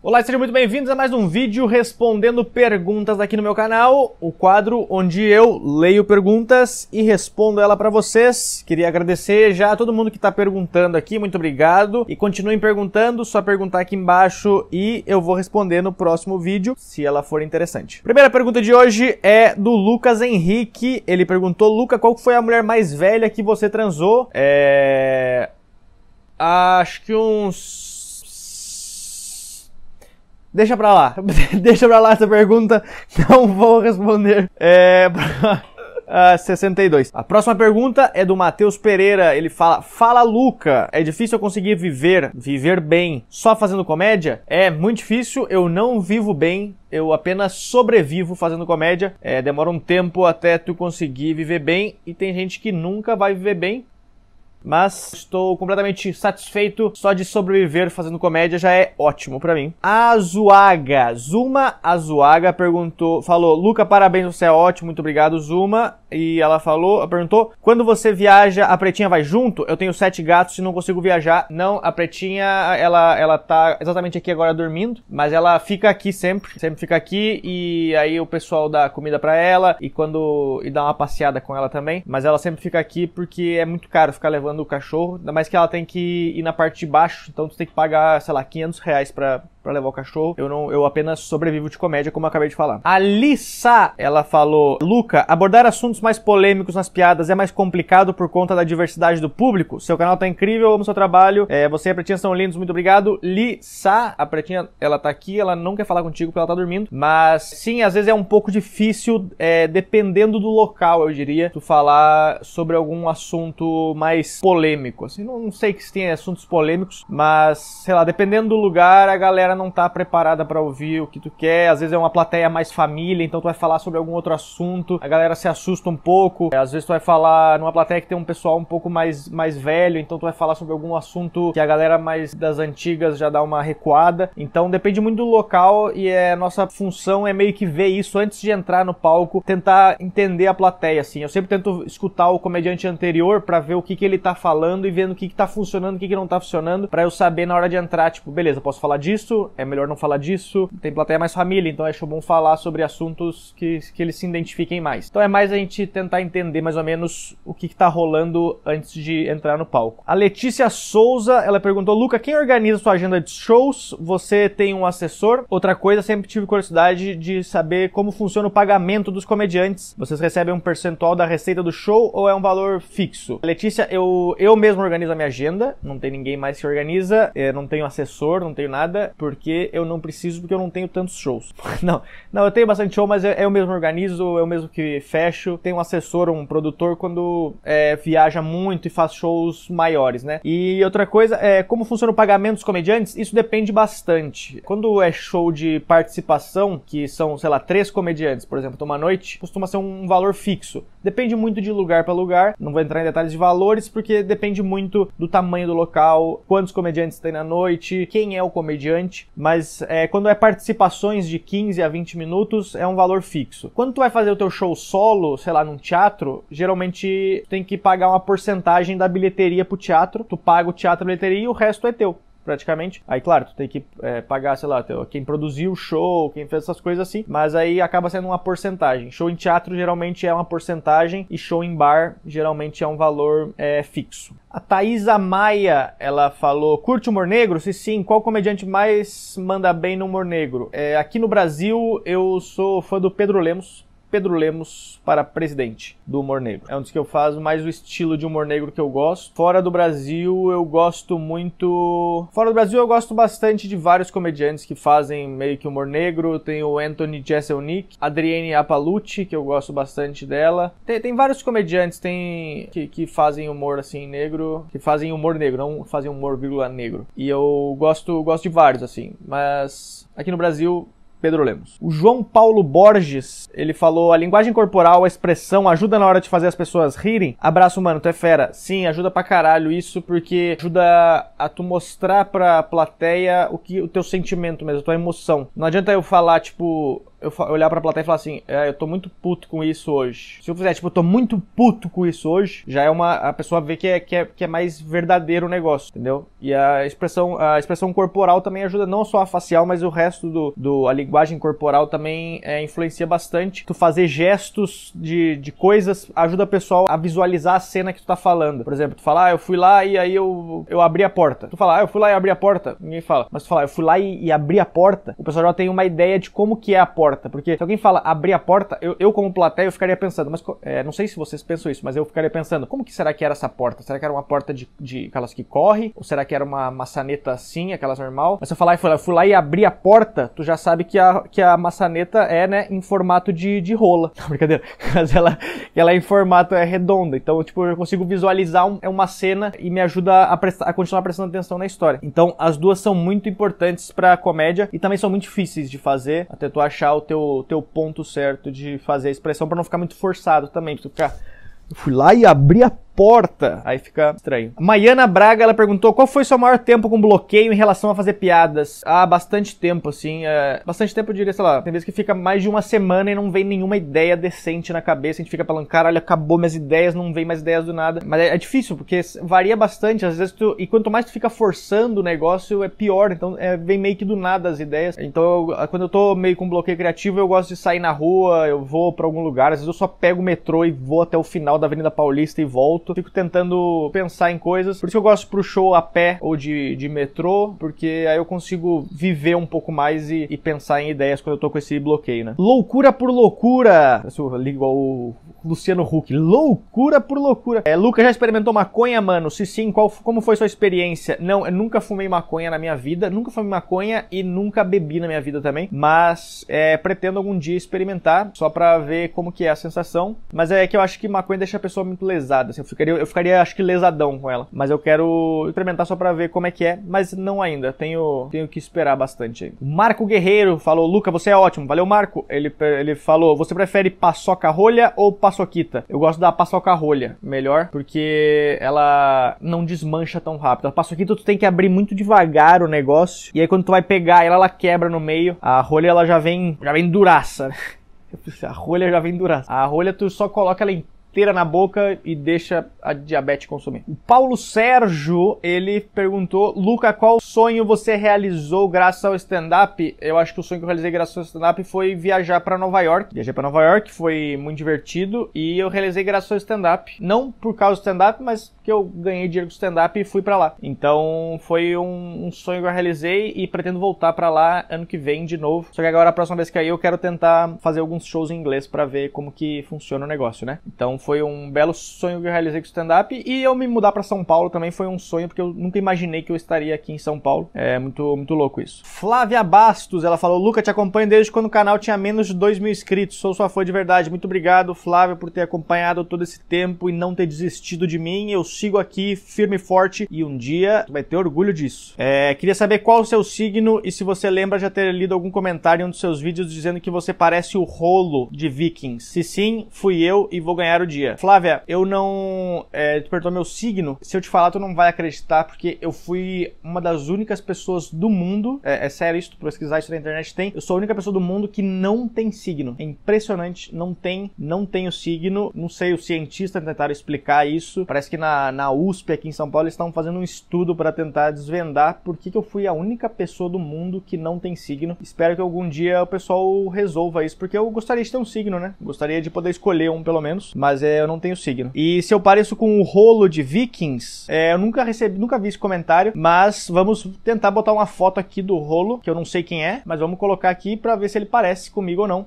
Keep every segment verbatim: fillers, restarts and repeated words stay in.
Olá, sejam muito bem-vindos a mais um vídeo respondendo perguntas aqui no meu canal, o quadro onde eu leio perguntas e respondo ela pra vocês. Queria agradecer já a todo mundo que tá perguntando aqui, muito obrigado. E continuem perguntando, só perguntar aqui embaixo e eu vou responder no próximo vídeo, se ela for interessante. Primeira pergunta de hoje é do Lucas Henrique. Ele perguntou: Luca, qual foi a mulher mais velha que você transou? É... Acho que uns... Deixa pra lá, deixa pra lá essa pergunta, não vou responder. É... Uh, sessenta e dois. A próxima pergunta é do Matheus Pereira. Ele fala: Fala, Luca, é difícil eu conseguir viver, viver bem só fazendo comédia? É muito difícil, eu não vivo bem, eu apenas sobrevivo fazendo comédia. É, demora um tempo até tu conseguir viver bem e tem gente que nunca vai viver bem. Mas estou completamente satisfeito, só de sobreviver fazendo comédia já é ótimo pra mim. Azuaga, Zuma Azuaga perguntou, falou: Luca, parabéns, você é ótimo, muito obrigado, Zuma. E ela falou, perguntou: quando você viaja, a Pretinha vai junto? Eu tenho sete gatos e não consigo viajar. Não, a Pretinha, ela, ela tá exatamente aqui agora dormindo, mas ela fica aqui sempre, sempre fica aqui, e aí o pessoal dá comida pra ela e quando e dá uma passeada com ela também, mas ela sempre fica aqui porque é muito caro ficar levando o cachorro, ainda mais que ela tem que ir na parte de baixo, então tu tem que pagar, sei lá, quinhentos reais pra, pra levar o cachorro. Eu não, eu apenas sobrevivo de comédia, como eu acabei de falar. A Lissa, ela falou: Luca, abordar assuntos mais polêmicos nas piadas é mais complicado por conta da diversidade do público? Seu canal tá incrível, amo seu trabalho, é, você e a Pretinha são lindos, muito obrigado. Lissa, a Pretinha, ela tá aqui, ela não quer falar contigo porque ela tá dormindo, mas sim, às vezes é um pouco difícil, é, dependendo do local, eu diria, tu falar sobre algum assunto mais polêmico, assim, não, não sei que se tem assuntos polêmicos, mas, sei lá, dependendo do lugar, a galera não tá preparada pra ouvir o que tu quer. Às vezes é uma plateia mais família, então tu vai falar sobre algum outro assunto, a galera se assusta um pouco. Às vezes tu vai falar numa plateia que tem um pessoal um pouco mais, mais velho, então tu vai falar sobre algum assunto que a galera mais das antigas já dá uma recuada. Então depende muito do local e é, nossa função é meio que ver isso antes de entrar no palco, tentar entender a plateia, assim. Eu sempre tento escutar o comediante anterior pra ver o que que ele tá falando e vendo o que que tá funcionando, o que que não tá funcionando, pra eu saber na hora de entrar, tipo, beleza, posso falar disso, é melhor não falar disso. Tem plateia mais família, então acho bom falar sobre assuntos que, que eles se identifiquem mais. Então é mais a gente tentar entender mais ou menos o que que tá rolando antes de entrar no palco. A Letícia Souza, ela perguntou: Luca, quem organiza sua agenda de shows? Você tem um assessor? Outra coisa, sempre tive curiosidade de saber como funciona o pagamento dos comediantes. Vocês recebem um percentual da receita do show ou é um valor fixo? Letícia, eu, eu mesmo organizo a minha agenda, não tem ninguém mais que organiza, eu não tenho assessor, não tenho nada, porque eu não preciso, porque eu não tenho tantos shows. não, não, eu tenho bastante show, mas eu, eu mesmo organizo, eu mesmo que fecho. Tenho um assessor, um produtor quando é, viaja muito e faz shows maiores, né? E outra coisa, é como funciona o pagamento dos comediantes? Isso depende bastante. Quando é show de participação, que são, sei lá, três comediantes, por exemplo, uma noite, costuma ser um valor fixo. Depende muito de lugar para lugar, não vou entrar em detalhes de valores, porque depende muito do tamanho do local, quantos comediantes tem na noite, quem é o comediante, mas é, quando é participações de quinze a vinte minutos, é um valor fixo. Quando tu vai fazer o teu show solo, sei lá, num teatro, geralmente tu tem que pagar uma porcentagem da bilheteria pro teatro, tu paga o teatro, a bilheteria e o resto é teu, praticamente. Aí, claro, tu tem que é, pagar, sei lá, quem produziu o show, quem fez essas coisas assim, mas aí acaba sendo uma porcentagem. Show em teatro geralmente é uma porcentagem e show em bar geralmente é um valor é, fixo. A Thaisa Maia, ela falou: curte humor negro? Se sim, qual comediante mais manda bem no humor negro? É, aqui no Brasil, eu sou fã do Pedro Lemos. Pedro Lemos para presidente do humor negro. É um dos que eu faço mais o estilo de humor negro que eu gosto. Fora do Brasil, eu gosto muito... Fora do Brasil, eu gosto bastante de vários comediantes que fazem meio que humor negro. Tem o Anthony Jeselnik, Adrienne Apalucci, que eu gosto bastante dela. Tem, tem vários comediantes tem, que, que fazem humor assim negro, que fazem humor negro, não fazem humor vírgula negro. E eu gosto, gosto de vários, assim. Mas aqui no Brasil... Pedro Lemos. O João Paulo Borges, ele falou: a linguagem corporal, a expressão ajuda na hora de fazer as pessoas rirem? Abraço, mano, tu é fera. Sim, ajuda pra caralho isso, porque ajuda a tu mostrar pra plateia o, que, o teu sentimento mesmo, a tua emoção. Não adianta eu falar, tipo, eu olhar pra plateia e falar assim, é, eu tô muito puto com isso hoje. Se eu fizer, tipo, eu tô muito puto com isso hoje, já é uma... A pessoa vê que é, que é, que é mais verdadeiro o negócio, entendeu? E a expressão, a expressão corporal também ajuda, não só a facial, mas o resto do... do a linguagem corporal também é, influencia bastante. Tu fazer gestos de, de coisas ajuda o pessoal a visualizar a cena que tu tá falando. Por exemplo, tu fala, ah, eu fui lá e aí eu, eu abri a porta. Tu fala, ah, eu fui lá e abri a porta. Ninguém fala. Mas tu fala, eu fui lá e, e abri a porta. O pessoal já tem uma ideia de como que é a porta. Porque se alguém fala abrir a porta, eu, eu como plateia, eu ficaria pensando, mas é, não sei se vocês pensam isso, mas eu ficaria pensando, como que será que era essa porta? Será que era uma porta de, de aquelas que corre? Ou será que era uma maçaneta assim, aquelas normal? Mas se eu falar, eu fui lá e abri a porta, tu já sabe que a, que a maçaneta é, né, em formato de, de rola. Não, brincadeira. Mas ela, ela é em formato é redonda. Então, tipo, eu consigo visualizar um, uma cena e me ajuda a, prestar, a continuar prestando atenção na história. Então, as duas são muito importantes pra comédia e também são muito difíceis de fazer, até tu achar o teu, teu ponto certo de fazer a expressão pra não ficar muito forçado também, pra tu ficar... Eu fui lá e abri a porta. Aí fica estranho. Maiana Braga, ela perguntou qual foi seu maior tempo com bloqueio em relação a fazer piadas. Ah, bastante tempo, assim. É... Bastante tempo, eu diria, sei lá. Tem vezes que fica mais de uma semana e não vem nenhuma ideia decente na cabeça. A gente fica falando, caralho, acabou minhas ideias, não vem mais ideias do nada. Mas é, é difícil, porque varia bastante. Às vezes tu... E quanto mais tu fica forçando o negócio, é pior. Então é, vem meio que do nada as ideias. Então eu, quando eu tô meio com bloqueio criativo, eu gosto de sair na rua, eu vou pra algum lugar. Às vezes eu só pego o metrô e vou até o final da Avenida Paulista e volto. Fico tentando pensar em coisas. Por isso que eu gosto de ir pro show a pé ou de, de metrô, porque aí eu consigo viver um pouco mais e, e pensar em ideias quando eu tô com esse bloqueio, né? Loucura por loucura! Eu ligo igual o Luciano Huck. Loucura por loucura. É, Luca, já experimentou maconha, mano? Se sim, qual, como foi sua experiência? Não, eu nunca fumei maconha na minha vida. Nunca fumei maconha e nunca bebi na minha vida também. Mas é, pretendo algum dia experimentar, só pra ver como que é a sensação. Mas é que eu acho que maconha deixa a pessoa muito lesada. Assim, eu, ficaria, eu ficaria, acho que, lesadão com ela. Mas eu quero experimentar só pra ver como é que é. Mas não ainda. Tenho, tenho que esperar bastante aí. O Marco Guerreiro falou, Luca, você é ótimo. Valeu, Marco. Ele, ele falou, você prefere paçoca rolha ou paçoquita? Eu gosto da paçoca rolha. Melhor, porque ela não desmancha tão rápido. A paçoquita tu tem que abrir muito devagar o negócio. E aí quando tu vai pegar ela, ela quebra no meio. A rolha, ela já vem, já vem duraça, né? A rolha já vem duraça. A rolha tu só coloca ela inteira na boca e deixa a diabetes consumir. O Paulo Sérgio, ele perguntou, Luca, qual sonho você realizou graças ao stand-up? Eu acho que o sonho que eu realizei graças ao stand-up foi viajar pra Nova York. Viajei pra Nova York, foi muito divertido e eu realizei graças ao stand-up. Não por causa do stand-up, mas que eu ganhei dinheiro com stand-up e fui pra lá. Então foi um, um sonho que eu realizei e pretendo voltar pra lá ano que vem de novo. Só que agora a próxima vez que eu ir eu quero tentar fazer alguns shows em inglês pra ver como que funciona o negócio, né? Então foi um belo sonho que eu realizei com stand-up e eu me mudar pra São Paulo também foi um sonho porque eu nunca imaginei que eu estaria aqui em São Paulo. É muito, muito louco isso. Flávia Bastos, ela falou, Luca, te acompanho desde quando o canal tinha menos de dois mil inscritos. Sou sua fã de verdade. Muito obrigado, Flávia, por ter acompanhado todo esse tempo e não ter desistido de mim. Eu sigo aqui firme e forte e um dia tu vai ter orgulho disso. É, queria saber qual o seu signo e se você lembra já ter lido algum comentário em um dos seus vídeos dizendo que você parece o Rolo de Vikings. Se sim, fui eu e vou ganhar o dia. Flávia, eu não... É, tu perguntou meu signo. Se eu te falar, tu não vai acreditar porque eu fui uma das únicas pessoas do mundo, é, é sério isso, tu pesquisar isso na internet tem, eu sou a única pessoa do mundo que não tem signo. É impressionante, não tem, não tem o signo. Não sei, os cientistas tentaram explicar isso. Parece que na, na U S P aqui em São Paulo eles estão fazendo um estudo para tentar desvendar por que que eu fui a única pessoa do mundo que não tem signo. Espero que algum dia o pessoal resolva isso, porque eu gostaria de ter um signo, né? Gostaria de poder escolher um pelo menos, mas é, eu não tenho signo. E se eu pareço com o Rolo de Vikings, é, eu nunca recebi, nunca vi esse comentário, mas vamos tentar botar uma foto aqui do Rolo, que eu não sei quem é, mas vamos colocar aqui pra ver se ele parece comigo ou não.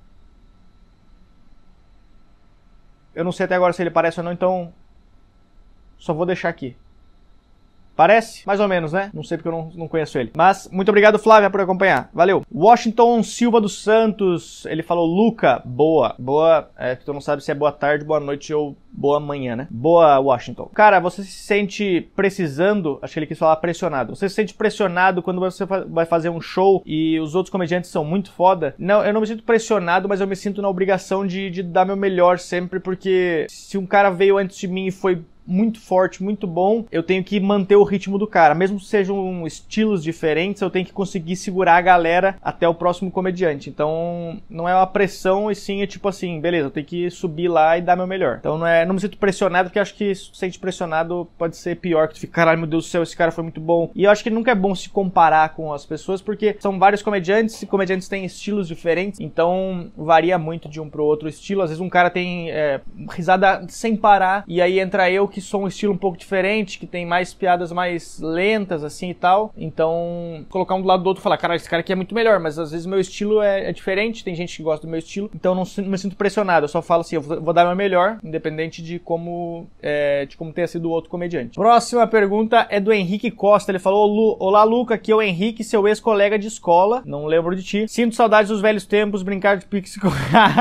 Eu não sei até agora se ele parece ou não, então só vou deixar aqui. Parece? Mais ou menos, né? Não sei porque eu não, não conheço ele. Mas, muito obrigado, Flávia, por acompanhar. Valeu. Washington Silva dos Santos, ele falou, Luca, boa. Boa, é que tu não sabe se é boa tarde, boa noite ou boa manhã, né? Boa, Washington. Cara, você se sente precisando, acho que ele quis falar pressionado. Você se sente pressionado quando você vai fazer um show e os outros comediantes são muito foda? Não, eu não me sinto pressionado, mas eu me sinto na obrigação de, de dar meu melhor sempre, porque se um cara veio antes de mim e foi muito forte, muito bom, eu tenho que manter o ritmo do cara. Mesmo que sejam estilos diferentes, eu tenho que conseguir segurar a galera até o próximo comediante. Então, não é uma pressão, e sim é tipo assim, beleza, eu tenho que subir lá e dar meu melhor. Então, não, é, não me sinto pressionado, porque eu acho que se você sente pressionado, pode ser pior, que tu fica, caralho, meu Deus do céu, esse cara foi muito bom. E eu acho que nunca é bom se comparar com as pessoas, porque são vários comediantes, e comediantes têm estilos diferentes, então varia muito de um pro outro estilo. Às vezes um cara tem é, risada sem parar, e aí entra eu, que sou um estilo um pouco diferente, que tem mais piadas mais lentas, assim, e tal. Então, colocar um do lado do outro e falar, cara, esse cara aqui é muito melhor, mas às vezes meu estilo é, é diferente, tem gente que gosta do meu estilo, então eu não, não me sinto pressionado, eu só falo assim, eu vou, vou dar meu melhor, independente de como, é, de como tenha sido o outro comediante. Próxima pergunta é do Henrique Costa, ele falou, Lu, olá Luca, aqui é o Henrique, seu ex-colega de escola, não lembro de ti, sinto saudades dos velhos tempos, brincar de pixicode,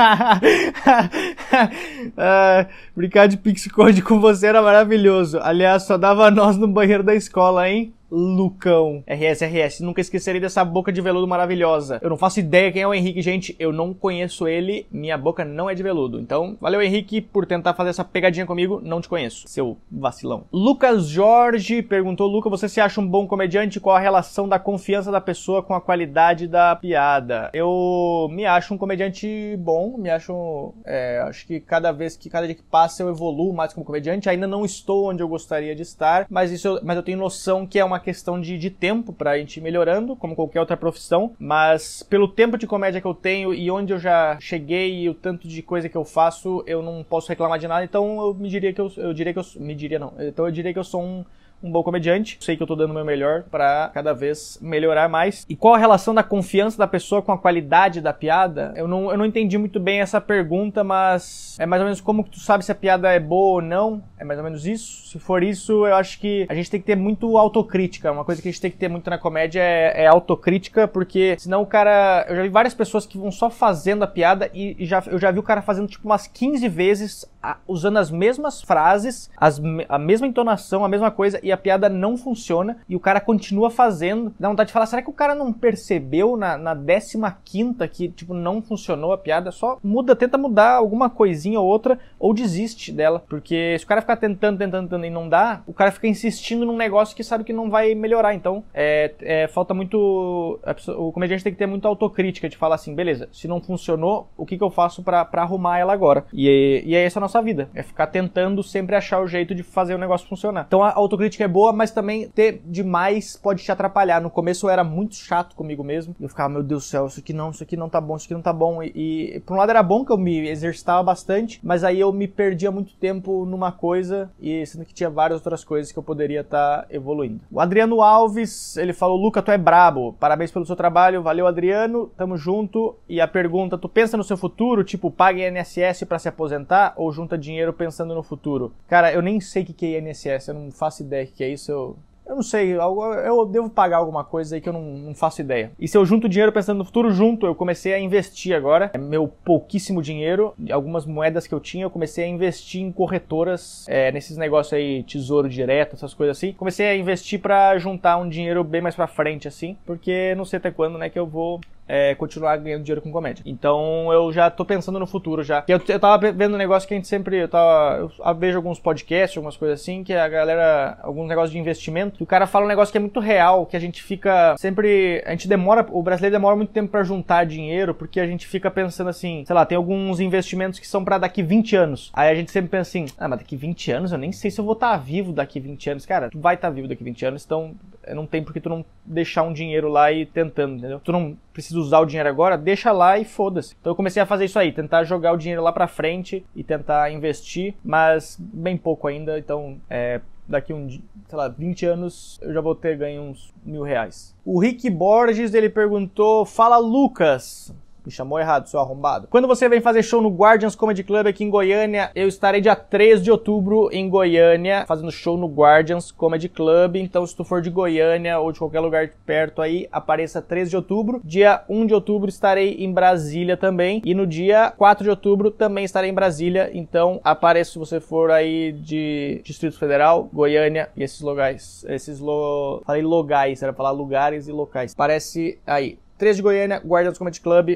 uh, brincar de pixicode com você era maravilhoso. Aliás, só dava nós no banheiro da escola, hein? Lucão. R S, R S. Nunca esquecerei dessa boca de veludo maravilhosa. Eu não faço ideia quem é o Henrique, gente. Eu não conheço ele. Minha boca não é de veludo. Então, valeu, Henrique, por tentar fazer essa pegadinha comigo. Não te conheço, seu vacilão. Lucas Jorge perguntou, Luca, você se acha um bom comediante? Qual a relação da confiança da pessoa com a qualidade da piada? Eu me acho um comediante bom. Me acho... É, acho que cada vez que, cada dia que passa, eu evoluo mais como comediante. Ainda não estou onde eu gostaria de estar, mas, isso eu, mas eu tenho noção que é uma questão de, de tempo pra gente ir melhorando, como qualquer outra profissão, mas pelo tempo de comédia que eu tenho e onde eu já cheguei e o tanto de coisa que eu faço, eu não posso reclamar de nada, então eu me diria que eu, eu diria que eu, me diria não, então eu diria que eu sou um um bom comediante, sei que eu tô dando o meu melhor pra cada vez melhorar mais. E qual a relação da confiança da pessoa com a qualidade da piada? Eu não, eu não entendi muito bem essa pergunta, mas é mais ou menos como que tu sabe se a piada é boa ou não, é mais ou menos isso. Se for isso, eu acho que a gente tem que ter muito autocrítica, uma coisa que a gente tem que ter muito na comédia é, é autocrítica, porque senão o cara... Eu já vi várias pessoas que vão só fazendo a piada e, e já, eu já vi o cara fazendo tipo umas quinze vezes, a, usando as mesmas frases, as, a mesma entonação, a mesma coisa, e a piada não funciona, e o cara continua fazendo. Dá vontade de falar, será que o cara não percebeu na, na décima quinta que, tipo, não funcionou a piada? Só muda, tenta mudar alguma coisinha ou outra, ou desiste dela. Porque se o cara ficar tentando, tentando, tentando e não dá, o cara fica insistindo num negócio que sabe que não vai melhorar. Então, é, é, falta muito... Pessoa, o comediante tem que ter muita autocrítica, de falar assim, beleza, se não funcionou, o que que eu faço pra, pra arrumar ela agora? E, e é essa a nossa vida. É ficar tentando sempre achar o jeito de fazer o negócio funcionar. Então, a autocrítica é boa, mas também ter demais pode te atrapalhar. No começo eu era muito chato comigo mesmo. Eu ficava, meu Deus do céu, isso aqui não, isso aqui não tá bom, isso aqui não tá bom. E, e por um lado era bom que eu me exercitava bastante, mas aí eu me perdia muito tempo numa coisa, e sendo que tinha várias outras coisas que eu poderia estar tá evoluindo. O Adriano Alves, ele falou, Luca, tu é brabo, parabéns pelo seu trabalho, valeu Adriano, tamo junto. E a pergunta, tu pensa no seu futuro, tipo, paga I N S S pra se aposentar, ou junta dinheiro pensando no futuro? Cara, eu nem sei o que é I N S S, eu não faço ideia do que é isso. Eu, eu não sei, eu devo pagar alguma coisa aí que eu não, não faço ideia. E se eu junto dinheiro pensando no futuro, junto, eu comecei a investir agora. É meu pouquíssimo dinheiro, algumas moedas que eu tinha, eu comecei a investir em corretoras, é, nesses negócios aí, tesouro direto, essas coisas assim. Comecei a investir pra juntar um dinheiro bem mais pra frente, assim, porque não sei até quando, né, que eu vou... É, continuar ganhando dinheiro com comédia. Então eu já tô pensando no futuro já. Eu, eu tava vendo um negócio que a gente sempre... Eu, tava, eu vejo alguns podcasts, algumas coisas assim, que a galera... Alguns negócios de investimento. E o cara fala um negócio que é muito real, que a gente fica sempre... A gente demora... O brasileiro demora muito tempo pra juntar dinheiro, porque a gente fica pensando assim... Sei lá, tem alguns investimentos que são pra daqui vinte anos. Aí a gente sempre pensa assim... Ah, mas daqui vinte anos eu nem sei se eu vou estar vivo daqui vinte anos. Cara, tu vai estar vivo daqui vinte anos, então... Não tem porque tu não deixar um dinheiro lá e ir tentando, entendeu? Tu não precisa usar o dinheiro agora, deixa lá e foda-se. Então eu comecei a fazer isso aí, tentar jogar o dinheiro lá pra frente e tentar investir, mas bem pouco ainda, então é, daqui um, sei lá, vinte anos eu já vou ter ganho uns mil reais. O Rick Borges, ele perguntou, fala Lucas... Me chamou errado, seu arrombado. Quando você vem fazer show no Guardians Comedy Club aqui em Goiânia, eu estarei dia três de outubro em Goiânia, fazendo show no Guardians Comedy Club. Então, se tu for de Goiânia ou de qualquer lugar perto aí, apareça três de outubro. Dia um de outubro estarei em Brasília também. E no dia quatro de outubro também estarei em Brasília. Então, apareça se você for aí de Distrito Federal, Goiânia e esses locais. Esses lo... Falei logais, era falar lugares e locais. Aparece aí. três de Goiânia, Guardians Comedy Club.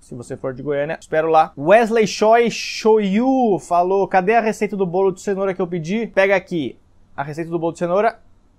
se você for de Goiânia, espero lá. Wesley Choi Shoyu falou, cadê a receita do bolo de cenoura que eu pedi? Pega aqui a receita do bolo de cenoura.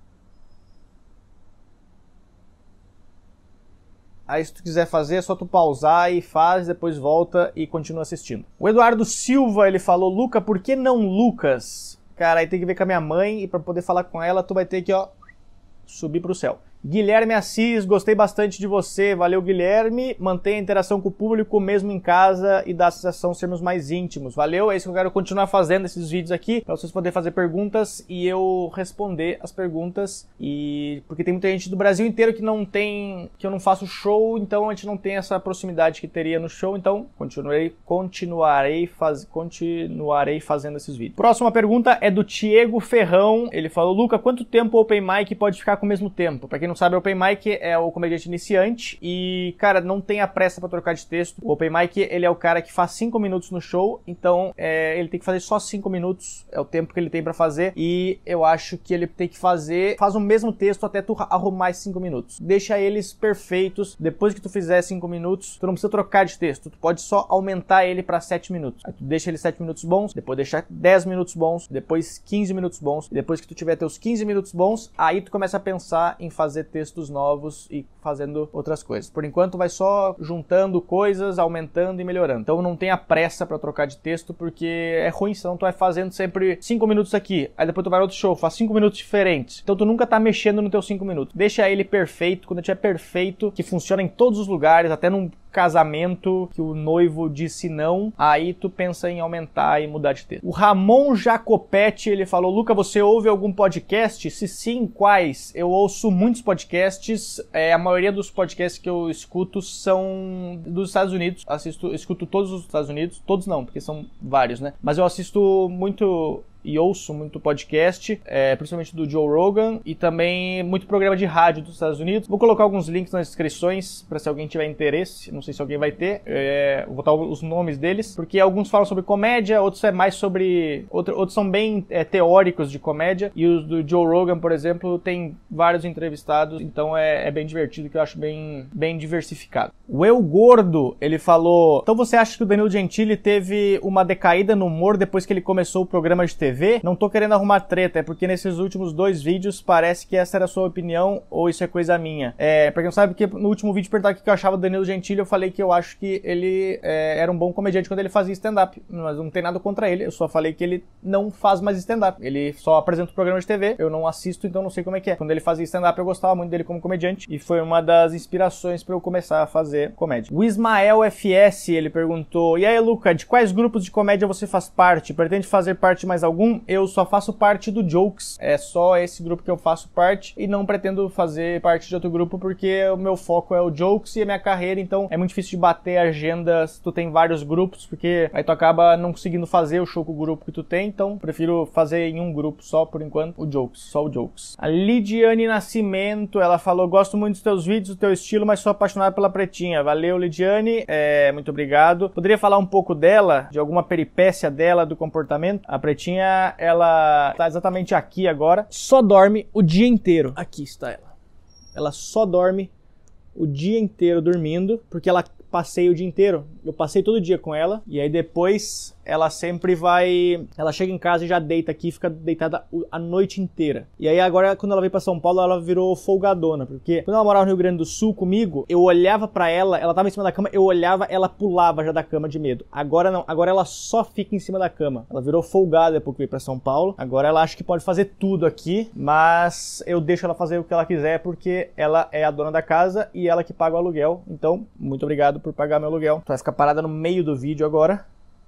Aí se tu quiser fazer, é só tu pausar e faz, depois volta e continua assistindo. O Eduardo Silva, ele falou, Luca, por que não Lucas? Cara, aí tem que ver com a minha mãe e pra poder falar com ela, tu vai ter que, ó, subir pro céu. Guilherme Assis, gostei bastante de você, valeu Guilherme, mantenha a interação com o público mesmo em casa e dá a sensação de sermos mais íntimos, valeu, é isso que eu quero continuar fazendo esses vídeos aqui, para vocês poderem fazer perguntas e eu responder as perguntas, e porque tem muita gente do Brasil inteiro que não tem, que eu não faço show, então a gente não tem essa proximidade que teria no show, então continuarei, continuarei, faz, continuarei fazendo esses vídeos. Próxima pergunta é do Diego Ferrão, ele falou, Luca, quanto tempo o Open Mic pode ficar com o mesmo tempo? Pra quem não Não sabe, o Open Mic é o comediante iniciante e, cara, não tenha pressa pra trocar de texto. O Open Mic, ele é o cara que faz cinco minutos no show, então é, ele tem que fazer só cinco minutos, é o tempo que ele tem pra fazer, e eu acho que ele tem que fazer, faz o mesmo texto até tu arrumar esses cinco minutos. Deixa eles perfeitos, depois que tu fizer cinco minutos, tu não precisa trocar de texto, tu pode só aumentar ele pra sete minutos. Aí tu deixa ele sete minutos bons, depois deixar dez minutos bons, depois quinze minutos bons, depois que tu tiver teus quinze minutos bons, aí tu começa a pensar em fazer textos novos e fazendo outras coisas. Por enquanto vai só juntando coisas, aumentando e melhorando. Então não tenha pressa pra trocar de texto, porque é ruim, senão tu vai fazendo sempre cinco minutos aqui, aí depois tu vai no outro show, faz cinco minutos diferentes. Então tu nunca tá mexendo no teu cinco minutos. Deixa ele perfeito, quando ele estiver perfeito, que funciona em todos os lugares, até num casamento que o noivo disse não, aí tu pensa em aumentar e mudar de texto. O Ramon Jacopetti, ele falou, Luca, você ouve algum podcast? Se sim, quais? Eu ouço muitos podcasts, é, a maioria dos podcasts que eu escuto são dos Estados Unidos, assisto, escuto todos os Estados Unidos, todos não, porque são vários, né? Mas eu assisto muito e ouço muito podcast, é, principalmente do Joe Rogan, e também muito programa de rádio dos Estados Unidos. Vou colocar alguns links nas descrições para se alguém tiver interesse, não sei se alguém vai ter, é, vou botar os nomes deles, porque alguns falam sobre comédia, outros é mais sobre, outro, outros são bem é, teóricos de comédia, e os do Joe Rogan, por exemplo, tem vários entrevistados, então é, é bem divertido, que eu acho bem, bem diversificado. O Eu Gordo, ele falou, então você acha que o Danilo Gentili teve uma decaída no humor depois que ele começou o programa de T V? Não tô querendo arrumar treta, é porque nesses últimos dois vídeos parece que essa era a sua opinião ou isso é coisa minha. É, pra quem não sabe, que no último vídeo perguntar o que eu achava do Danilo Gentili, eu falei que eu acho que ele é, era um bom comediante quando ele fazia stand-up, mas não tem nada contra ele, eu só falei que ele não faz mais stand-up, ele só apresenta o programa de T V, eu não assisto, então não sei como é que é. Quando ele fazia stand-up eu gostava muito dele como comediante e foi uma das inspirações pra eu começar a fazer comédia. O Ismael F S, ele perguntou, e aí Luca, de quais grupos de comédia você faz parte? Pretende fazer parte de mais algum? Eu só faço parte do Jokes, é só esse grupo que eu faço parte e não pretendo fazer parte de outro grupo porque o meu foco é o Jokes e a minha carreira, então é muito difícil de bater agenda se tu tem vários grupos, porque aí tu acaba não conseguindo fazer o show com o grupo que tu tem, então prefiro fazer em um grupo só por enquanto, o Jokes, só o Jokes. A Lidiane Nascimento, ela falou, gosto muito dos teus vídeos, do teu estilo, mas sou apaixonada pela Pretinha. Valeu, Lidiane, é, muito obrigado. Poderia falar um pouco dela, de alguma peripécia dela, do comportamento? A Pretinha, ela tá exatamente aqui agora, só dorme o dia inteiro. Aqui está ela. Ela só dorme o dia inteiro dormindo, porque ela passeia o dia inteiro. Eu passei todo dia com ela, e aí depois ela sempre vai... Ela chega em casa e já deita aqui, fica deitada a noite inteira. E aí agora, quando ela veio pra São Paulo, ela virou folgadona, porque quando ela morava no Rio Grande do Sul comigo, eu olhava pra ela, ela tava em cima da cama, eu olhava, ela pulava já da cama de medo. Agora não, agora ela só fica em cima da cama. Ela virou folgada depois que veio pra São Paulo. Agora ela acha que pode fazer tudo aqui, mas eu deixo ela fazer o que ela quiser, porque ela é a dona da casa e ela que paga o aluguel. Então, muito obrigado por pagar meu aluguel. Tu vai ficar parada no meio do vídeo agora,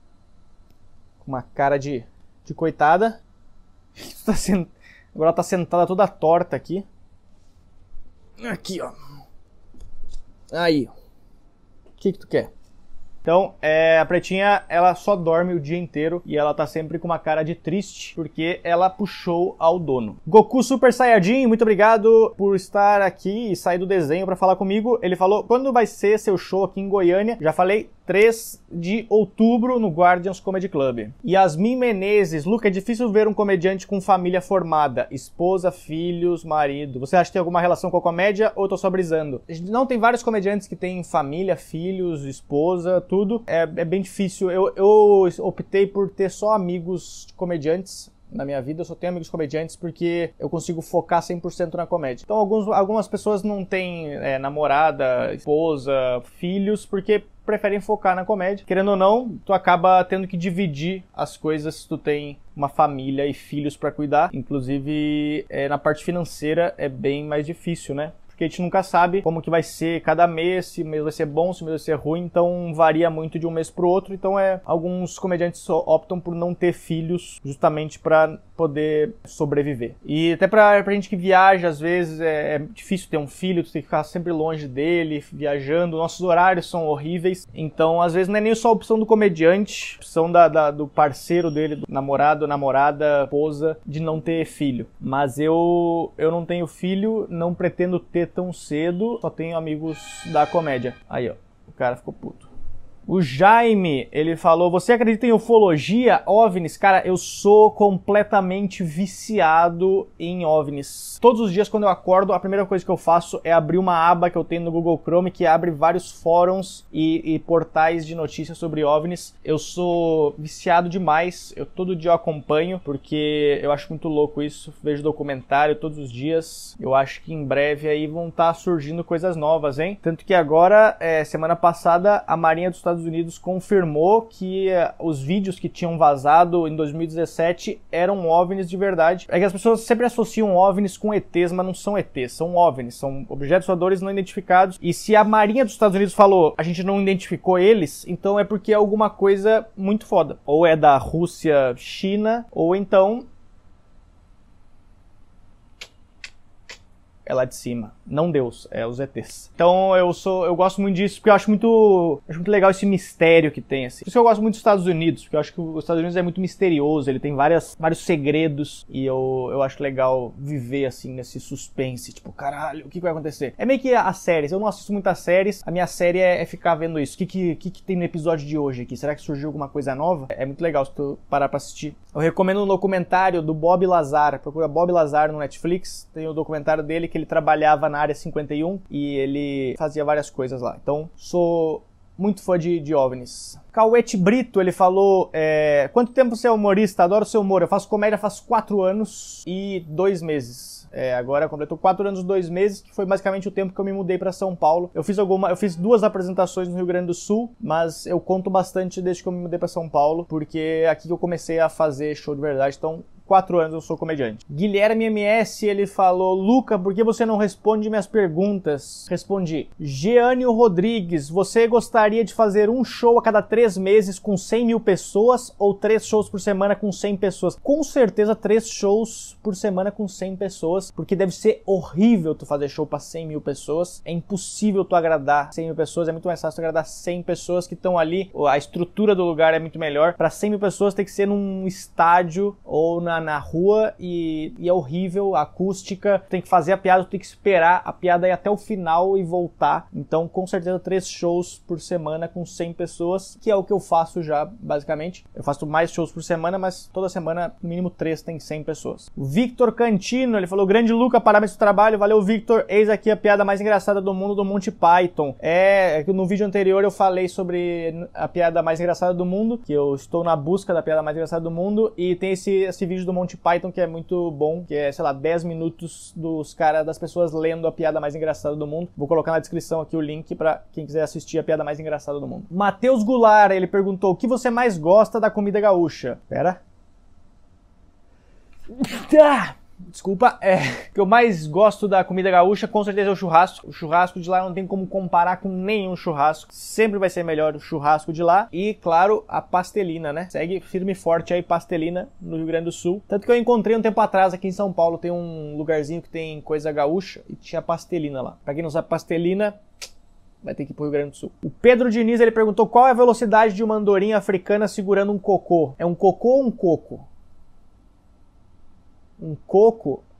com uma cara de, de coitada. Tá sent... Agora ela tá sentada toda torta aqui. Aqui, ó. Aí, ó. O que que tu quer? Então, é, a Pretinha, ela só dorme o dia inteiro e ela tá sempre com uma cara de triste, porque ela puxou ao dono. Goku Super Saiyajin, muito obrigado por estar aqui e sair do desenho pra falar comigo. Ele falou, quando vai ser seu show aqui em Goiânia? Já falei três de outubro no Guardians Comedy Club. Yasmin Menezes, Luca, é difícil ver um comediante com família formada, esposa, filhos, marido. Você acha que tem alguma relação com a comédia ou eu tô só brisando? Não, tem vários comediantes que têm família, filhos, esposa, tudo. É, é bem difícil. Eu, eu optei por ter só amigos comediantes. Na minha vida, eu só tenho amigos comediantes porque eu consigo focar cem por cento na comédia. Então, alguns, algumas pessoas não têm é, namorada, esposa, filhos, porque preferem focar na comédia. Querendo ou não, tu acaba tendo que dividir as coisas se tu tem uma família e filhos pra cuidar. Inclusive, é, na parte financeira é bem mais difícil, né? Porque a gente nunca sabe como que vai ser cada mês, se o mês vai ser bom, se o mês vai ser ruim, então varia muito de um mês pro outro, então é, alguns comediantes só optam por não ter filhos justamente pra poder sobreviver. E até pra, pra gente que viaja, às vezes, é, é difícil ter um filho, tu tem que ficar sempre longe dele, viajando, nossos horários são horríveis, então às vezes não é nem só a opção do comediante, a opção da, da, do parceiro dele, do namorado, namorada, esposa, de não ter filho. Mas eu, eu não tenho filho, não pretendo ter tão cedo, só tenho amigos da comédia. Aí, ó, o cara ficou puto. O Jaime, ele falou, você acredita em ufologia, OVNIs? Cara, eu sou completamente viciado em OVNIs. Todos os dias quando eu acordo, a primeira coisa que eu faço é abrir uma aba que eu tenho no Google Chrome que abre vários fóruns e, e portais de notícias sobre OVNIs. Eu sou viciado demais, eu todo dia eu acompanho, porque eu acho muito louco isso, vejo documentário todos os dias. Eu acho que em breve aí vão estar surgindo coisas novas, hein? Tanto que agora, é, semana passada, a Marinha dos Estados Unidos confirmou que uh, os vídeos que tinham vazado em dois mil e dezessete eram OVNIs de verdade. É que as pessoas sempre associam OVNIs com E Tês, mas não são E Tês, são OVNIs, são objetos voadores não identificados. E se a Marinha dos Estados Unidos falou, a gente não identificou eles, então é porque é alguma coisa muito foda. Ou é da Rússia, China, ou então é lá de cima. Não Deus, é os E Tês. Então eu sou, eu gosto muito disso, porque eu acho muito, acho muito legal esse mistério que tem, assim. Por isso que eu gosto muito dos Estados Unidos, porque eu acho que os Estados Unidos é muito misterioso, ele tem várias, vários segredos, e eu, eu acho legal viver, assim, nesse suspense, tipo, caralho, o que vai acontecer? É meio que as séries, eu não assisto muitas séries, a minha série é, é ficar vendo isso. O que, que, que, que tem no episódio de hoje aqui? Será que surgiu alguma coisa nova? É muito legal se tu parar pra assistir. Eu recomendo um documentário do Bob Lazar, procura Bob Lazar no Netflix, tem o documentário dele que ele trabalhava na Área cinquenta e um e ele fazia várias coisas lá. Então, sou muito fã de, de OVNIs. Cauete Brito, ele falou, é, quanto tempo você é humorista? Adoro seu humor. Eu faço comédia faz quatro anos e dois meses. É, agora completou quatro anos e dois meses, que foi basicamente o tempo que eu me mudei para São Paulo. Eu fiz alguma, eu fiz duas apresentações no Rio Grande do Sul, mas eu conto bastante desde que eu me mudei para São Paulo, porque é aqui que eu comecei a fazer show de verdade. Então, quatro anos eu sou comediante. Guilherme M S, ele falou, Luca, por que você não responde minhas perguntas? Respondi. Jeânio Rodrigues, você gostaria de fazer um show a cada três meses com cem mil pessoas ou três shows por semana com cem pessoas? Com certeza três shows por semana com cem pessoas, porque deve ser horrível tu fazer show pra cem mil pessoas. É impossível tu agradar cem mil pessoas, é muito mais fácil tu agradar cem pessoas que estão ali, a estrutura do lugar é muito melhor. Pra cem mil pessoas tem que ser num estádio ou na na rua e, e é horrível, a acústica, tem que fazer a piada, tem que esperar a piada ir até o final e voltar. Então, com certeza, três shows por semana com cem pessoas, que é o que eu faço já, basicamente. Eu faço mais shows por semana, mas toda semana, no mínimo três, tem cem pessoas. O Victor Cantino, ele falou, grande Luca, parabéns pelo trabalho, valeu, Victor, eis aqui a piada mais engraçada do mundo do Monty Python. É, no vídeo anterior eu falei sobre a piada mais engraçada do mundo, que eu estou na busca da piada mais engraçada do mundo, e tem esse, esse vídeo do Monty Python que é muito bom, que é, sei lá, dez minutos dos caras, das pessoas lendo a piada mais engraçada do mundo. Vou colocar na descrição aqui o link pra quem quiser assistir a piada mais engraçada do mundo. Matheus Goulart, ele perguntou, o que você mais gosta da comida gaúcha? Pera. Ah! Desculpa, é, o que eu mais gosto da comida gaúcha com certeza é o churrasco. O churrasco de lá não tem como comparar com nenhum churrasco. Sempre vai ser melhor o churrasco de lá. E, claro, a pastelina, né? Segue firme e forte aí, pastelina no Rio Grande do Sul. Tanto que eu encontrei um tempo atrás aqui em São Paulo, tem um lugarzinho que tem coisa gaúcha e tinha pastelina lá. Pra quem não sabe, pastelina vai ter que ir pro Rio Grande do Sul. O Pedro Diniz, ele perguntou qual é a velocidade de uma andorinha africana segurando um cocô. É um cocô ou um coco? Um coco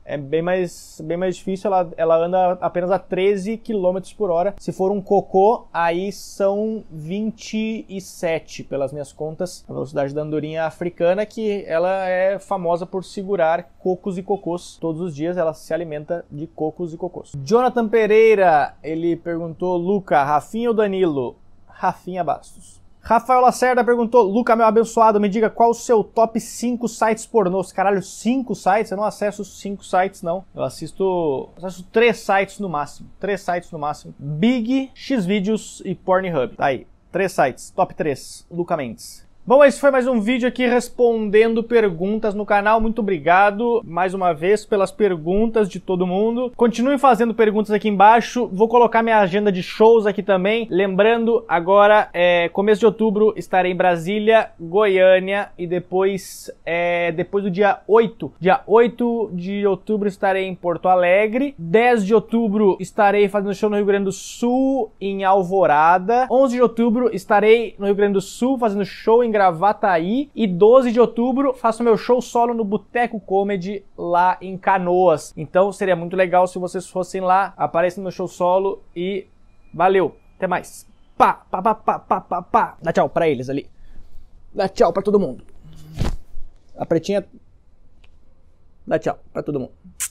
é bem mais, bem mais difícil, ela, ela anda apenas a treze quilômetros por hora. Se for um cocô, aí são vinte e sete, pelas minhas contas, a velocidade da andorinha africana, que ela é famosa por segurar cocos e cocôs. Todos os dias ela se alimenta de cocos e cocôs. Jonathan Pereira, ele perguntou, Luca, Rafinha ou Danilo? Rafinha Bastos. Rafael Lacerda perguntou, Luca, meu abençoado, me diga qual o seu top cinco sites pornôs. Caralho, cinco sites? Eu não acesso cinco sites, não. Eu assisto, eu assisto três sites no máximo. três sites no máximo. Big, Xvideos e Pornhub. Tá aí, três sites. Top três, Luca Mendes. Bom, esse foi mais um vídeo aqui respondendo perguntas no canal. Muito obrigado mais uma vez pelas perguntas de todo mundo. Continuem fazendo perguntas aqui embaixo. Vou colocar minha agenda de shows aqui também. Lembrando, agora, é, começo de outubro, estarei em Brasília, Goiânia e depois, é, depois do dia oito. Dia oito de outubro estarei em Porto Alegre. dez de outubro estarei fazendo show no Rio Grande do Sul, em Alvorada. onze de outubro estarei no Rio Grande do Sul fazendo show em Gravataí, e doze de outubro faço meu show solo no Boteco Comedy lá em Canoas. Então seria muito legal se vocês fossem lá, apareçam no meu show solo e valeu, até mais. Pá, pá, pá, pá, pá, pá, pá. Dá tchau pra eles ali. Dá tchau pra todo mundo. A pretinha. Dá tchau pra todo mundo.